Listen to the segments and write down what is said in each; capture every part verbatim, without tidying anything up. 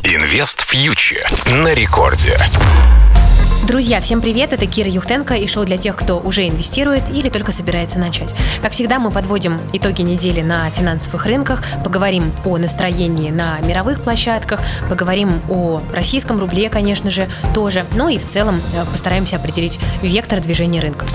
Инвест Фьючер на рекорде. Друзья, всем привет, это Кира Юхтенко и шоу для тех, кто уже инвестирует или только собирается начать. Как всегда, мы подводим итоги недели на финансовых рынках, поговорим о настроении на мировых площадках, поговорим о российском рубле, конечно же, тоже, ну и в целом постараемся определить вектор движения рынков.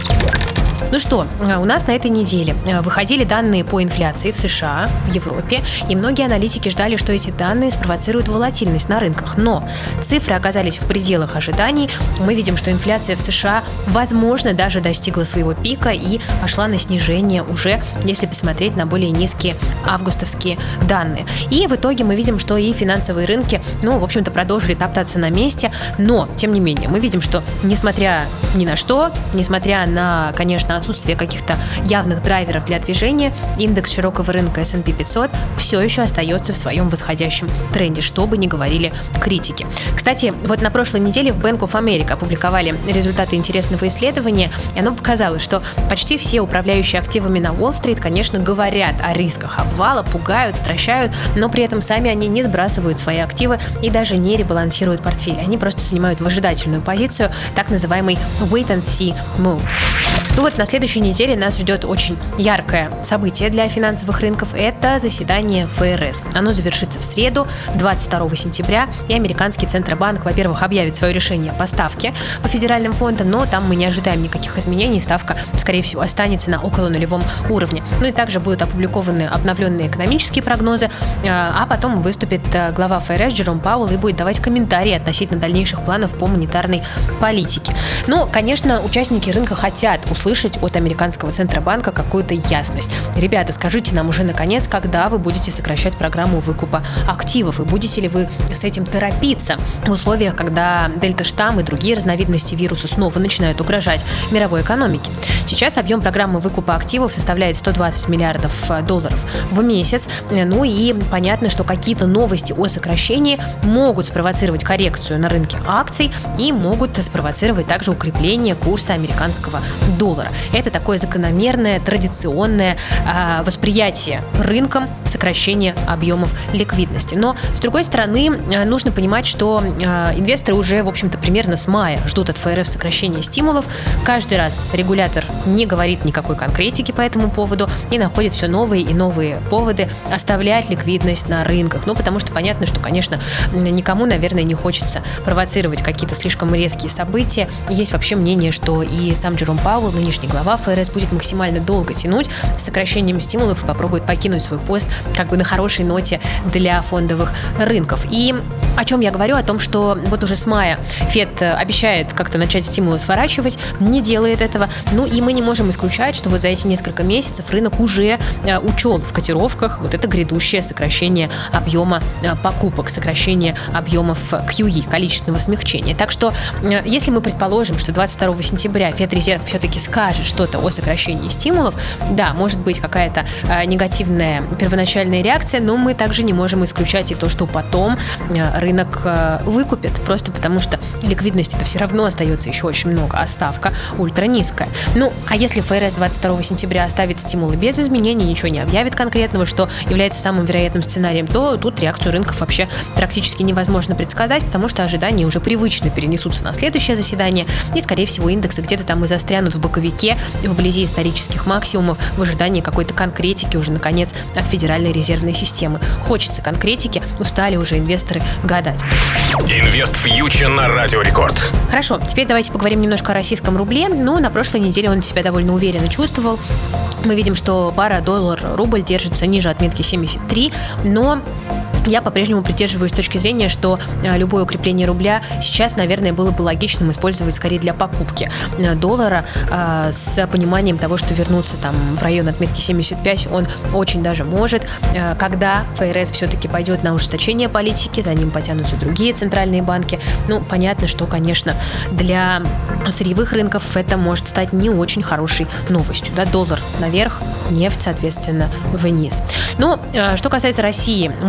Ну что, у нас на этой неделе выходили данные по инфляции в США, в Европе, и многие аналитики ждали, что эти данные спровоцируют волатильность на рынках. Но цифры оказались в пределах ожиданий. Мы видим, что инфляция в США, возможно, даже достигла своего пика и пошла на снижение уже, если посмотреть на более низкие августовские данные. И в итоге мы видим, что и финансовые рынки, ну, в общем-то, продолжили топтаться на месте. Но, тем не менее, мы видим, что, несмотря ни на что, несмотря на, конечно, отсутствие каких-то явных драйверов для движения, индекс широкого рынка эс энд пи пятьсот все еще остается в своем восходящем тренде, что бы ни говорили критики. Кстати, вот на прошлой неделе в Bank of America опубликовали результаты интересного исследования, и оно показало, что почти все управляющие активами на Уолл-стрит, конечно, говорят о рисках обвала, пугают, стращают, но при этом сами они не сбрасывают свои активы и даже не ребалансируют портфель. Они просто занимают выжидательную позицию, так называемый wait and see mode. Ну вот на следующей неделе нас ждет очень яркое событие для финансовых рынков. Это заседание эф эр эс. Оно завершится в среду, двадцать второго сентября, и американский Центробанк, во-первых, объявит свое решение по ставке по федеральным фондам, но там мы не ожидаем никаких изменений. Ставка, скорее всего, останется на около нулевом уровне. Ну и также будут опубликованы обновленные экономические прогнозы, а потом выступит глава эф эр эс Джером Пауэлл и будет давать комментарии относительно дальнейших планов по монетарной политике. Ну, конечно, участники рынка хотят услышать слышать от американского Центробанка какую-то ясность. Ребята, скажите нам уже наконец, когда вы будете сокращать программу выкупа активов, и будете ли вы с этим торопиться в условиях, когда дельта-штамм и другие разновидности вируса снова начинают угрожать мировой экономике. Сейчас объем программы выкупа активов составляет сто двадцать миллиардов долларов в месяц. Ну и понятно, что какие-то новости о сокращении могут спровоцировать коррекцию на рынке акций и могут спровоцировать также укрепление курса американского доллара. Это такое закономерное, традиционное э, восприятие рынком сокращения объемов ликвидности. Но, с другой стороны, э, нужно понимать, что э, инвесторы уже, в общем-то, примерно с мая ждут от эф эр эс сокращения стимулов. Каждый раз регулятор не говорит никакой конкретики по этому поводу и находит все новые и новые поводы оставлять ликвидность на рынках. Ну, потому что понятно, что, конечно, никому, наверное, не хочется провоцировать какие-то слишком резкие события. Есть вообще мнение, что и сам Джером Пауэлл, нынешний глава эф эр эс, будет максимально долго тянуть с сокращением стимулов и попробует покинуть свой пост как бы на хорошей ноте для фондовых рынков. И о чем я говорю? О том, что вот уже с мая Фед обещает как-то начать стимулы сворачивать, не делает этого. Ну и мы не можем исключать, что вот за эти несколько месяцев рынок уже учел в котировках вот это грядущее сокращение объема покупок, сокращение объемов кью и, количественного смягчения. Так что, если мы предположим, что двадцать второго сентября Федрезерв все-таки скажет что-то о сокращении стимулов, да, может быть какая-то э, негативная первоначальная реакция, но мы также не можем исключать и то, что потом э, рынок э, выкупит, просто потому что ликвидности-то все равно остается еще очень много, а ставка ультра низкая. Ну, а если эф эр эс двадцать второго сентября оставит стимулы без изменений, ничего не объявит конкретного, что является самым вероятным сценарием, то тут реакцию рынков вообще практически невозможно предсказать, потому что ожидания уже привычно перенесутся на следующее заседание, и, скорее всего, индексы где-то там и застрянут в боковике, вблизи исторических максимумов, в ожидании какой-то конкретики уже, наконец, от Федеральной резервной системы. Хочется конкретики, устали уже инвесторы гадать. Инвест Фьючер на Радио Рекорд. Хорошо, теперь давайте поговорим немножко о российском рубле. Ну, на прошлой неделе он себя довольно уверенно чувствовал. Мы видим, что пара доллар-рубль держится ниже отметки семьдесят три, но я по-прежнему придерживаюсь точки зрения, что любое укрепление рубля сейчас, наверное, было бы логичным использовать скорее для покупки доллара э, с пониманием того, что вернуться там в район отметки семьдесят пять он очень даже может. Э, когда эф эр эс все-таки пойдет на ужесточение политики, за ним потянутся другие центральные банки. Ну, понятно, что, конечно, для сырьевых рынков это может стать не очень хорошей новостью. Да? Доллар наверх, нефть, соответственно, вниз. Ну, э, что касается России, мы видим, что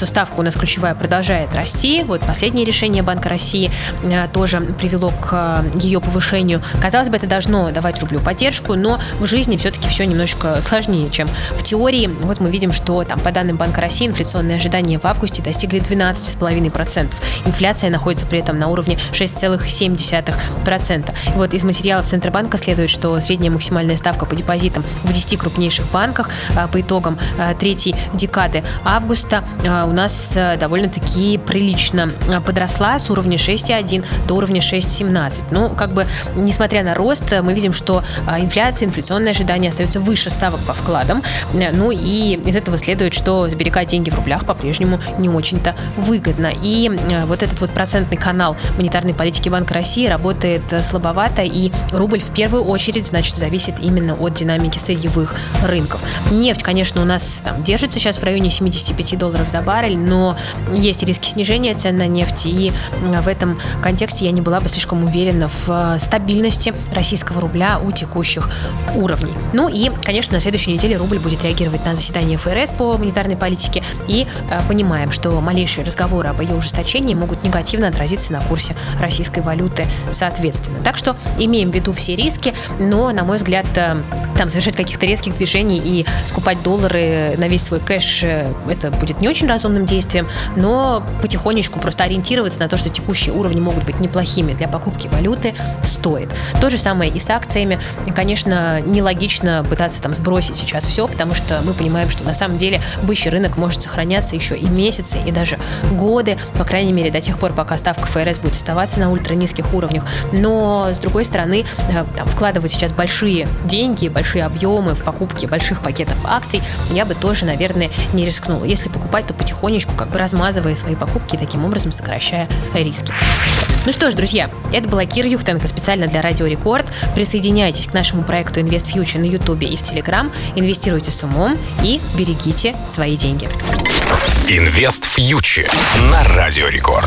что ставка у нас ключевая продолжает расти. Вот последнее решение Банка России тоже привело к ее повышению. Казалось бы, это должно давать рублю поддержку, но в жизни все-таки все немножечко сложнее, чем в теории. Вот мы видим, что там, по данным Банка России, инфляционные ожидания в августе достигли двенадцать целых пять десятых процента. Инфляция находится при этом на уровне шесть целых семь десятых процента. И вот из материалов Центробанка следует, что средняя максимальная ставка по депозитам в десяти крупнейших банках по итогам третьей декады августа у нас довольно-таки прилично подросла с уровня шесть целых одна десятая до уровня шесть целых семнадцать. Ну, как бы, несмотря на рост, мы видим, что инфляция, инфляционные ожидания остаются выше ставок по вкладам. Ну и из этого следует, что сберегать деньги в рублях по-прежнему не очень-то выгодно. И вот этот вот процентный канал монетарной политики Банка России работает слабовато, и рубль в первую очередь, значит, зависит именно от динамики сырьевых рынков. Нефть, конечно, у нас там держится сейчас в районе семьдесят пять долларов за баррель, но есть риски снижения цен на нефть, и в этом контексте я не была бы слишком уверена в стабильности российского рубля у текущих уровней. Ну и, конечно, на следующей неделе рубль будет реагировать на заседание эф эр эс по монетарной политике, и э, понимаем, что малейшие разговоры об ее ужесточении могут негативно отразиться на курсе российской валюты соответственно. Так что имеем в виду все риски, но, на мой взгляд, э, там совершать каких-то резких движений и скупать доллары на весь свой кэш, э, это будет не очень разумным действием, но потихонечку просто ориентироваться на то, что текущие уровни могут быть неплохими для покупки валюты, стоит. То же самое и с акциями. Конечно, нелогично пытаться там сбросить сейчас все, потому что мы понимаем, что на самом деле бычий рынок может сохраняться еще и месяцы, и даже годы, по крайней мере, до тех пор, пока ставка эф эр эс будет оставаться на ультранизких уровнях. Но, с другой стороны, там, вкладывать сейчас большие деньги, большие объемы в покупки больших пакетов акций я бы тоже, наверное, не рискнула. Если покупать, то потихонечку, как бы размазывая свои покупки и таким образом сокращая риски. Ну что ж, друзья, это была Кира Юхтенко специально для Радио Рекорд. Присоединяйтесь к нашему проекту Invest Future на Ютубе и в Телеграм. Инвестируйте с умом и берегите свои деньги. Invest Future на Радио Рекорд.